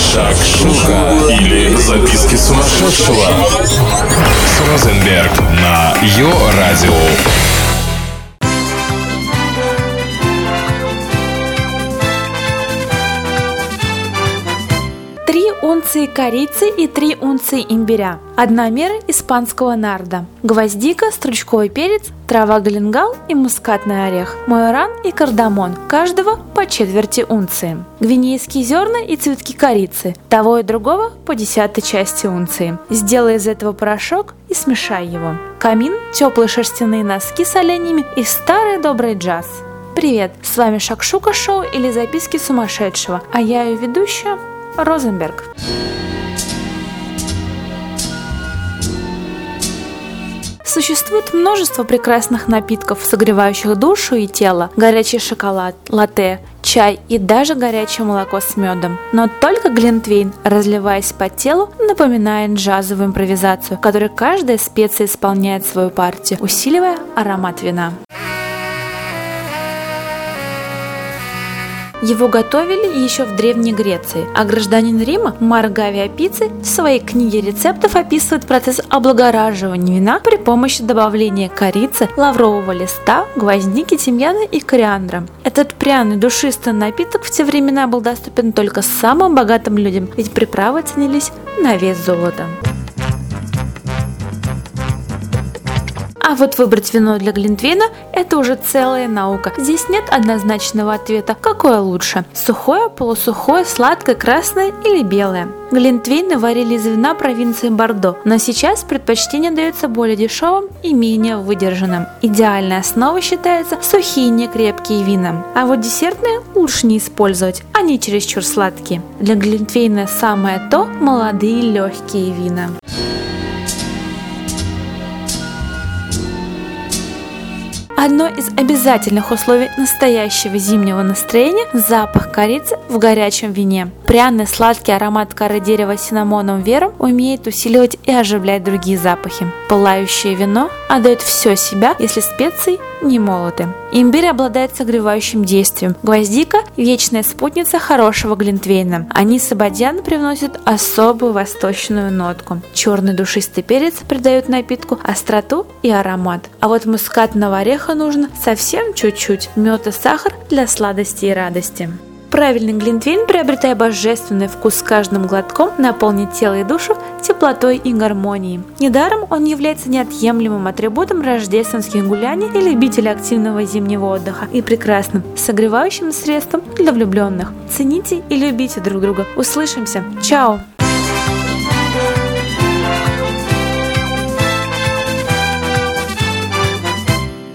Шакшука или записки сумасшедшего с Розенберг на Йо-Радио. 3 унции корицы и 3 унции имбиря, 1 мера испанского нарда, гвоздика, стручковый перец, трава галенгал и мускатный орех, майоран и кардамон, каждого по четверти унции, гвинейские зерна и цветки корицы, того и другого по 10 части унции. Сделай из этого порошок и смешай его. Камин, теплые шерстяные носки с оленями и старый добрый джаз. Привет, с вами Шакшука Шоу или записки сумасшедшего, а я ее ведущая Розенберг. Существует множество прекрасных напитков, согревающих душу и тело. Горячий шоколад, латте, чай и даже горячее молоко с медом. Но только глинтвейн, разливаясь по телу, напоминает джазовую импровизацию, в которой каждая специя исполняет свою партию, усиливая аромат вина. Его готовили еще в Древней Греции, а гражданин Рима Марк Гавий Апиций в своей книге рецептов описывает процесс облагораживания вина при помощи добавления корицы, лаврового листа, гвоздики, тимьяна и кориандра. Этот пряный душистый напиток в те времена был доступен только самым богатым людям, ведь приправы ценились на вес золота. А вот выбрать вино для глинтвейна – это уже целая наука. Здесь нет однозначного ответа, какое лучше – сухое, полусухое, сладкое, красное или белое. Глинтвейны варили из вина провинции Бордо, но сейчас предпочтение дается более дешевым и менее выдержанным. Идеальной основой считаются сухие некрепкие вина, а вот десертные лучше не использовать, они чересчур сладкие. Для глинтвейна самое то – молодые легкие вина. Одно из обязательных условий настоящего зимнего настроения – запах корицы в горячем вине. Пряный сладкий аромат коры дерева с циннамоном вером умеет усиливать и оживлять другие запахи. Пылающее вино отдает все себя, если специи не молоты. Имбирь обладает согревающим действием. Гвоздика – вечная спутница хорошего глинтвейна. Анис и бадьян привносят особую восточную нотку. Черный душистый перец придает напитку остроту и аромат. А вот мускатного ореха нужно совсем чуть-чуть. Мед и сахар для сладости и радости. Правильный глинтвейн, приобретая божественный вкус с каждым глотком, наполнит тело и душу теплотой и гармонией. Недаром он является неотъемлемым атрибутом рождественских гуляний и любителей активного зимнего отдыха и прекрасным согревающим средством для влюбленных. Цените и любите друг друга. Услышимся. Чао!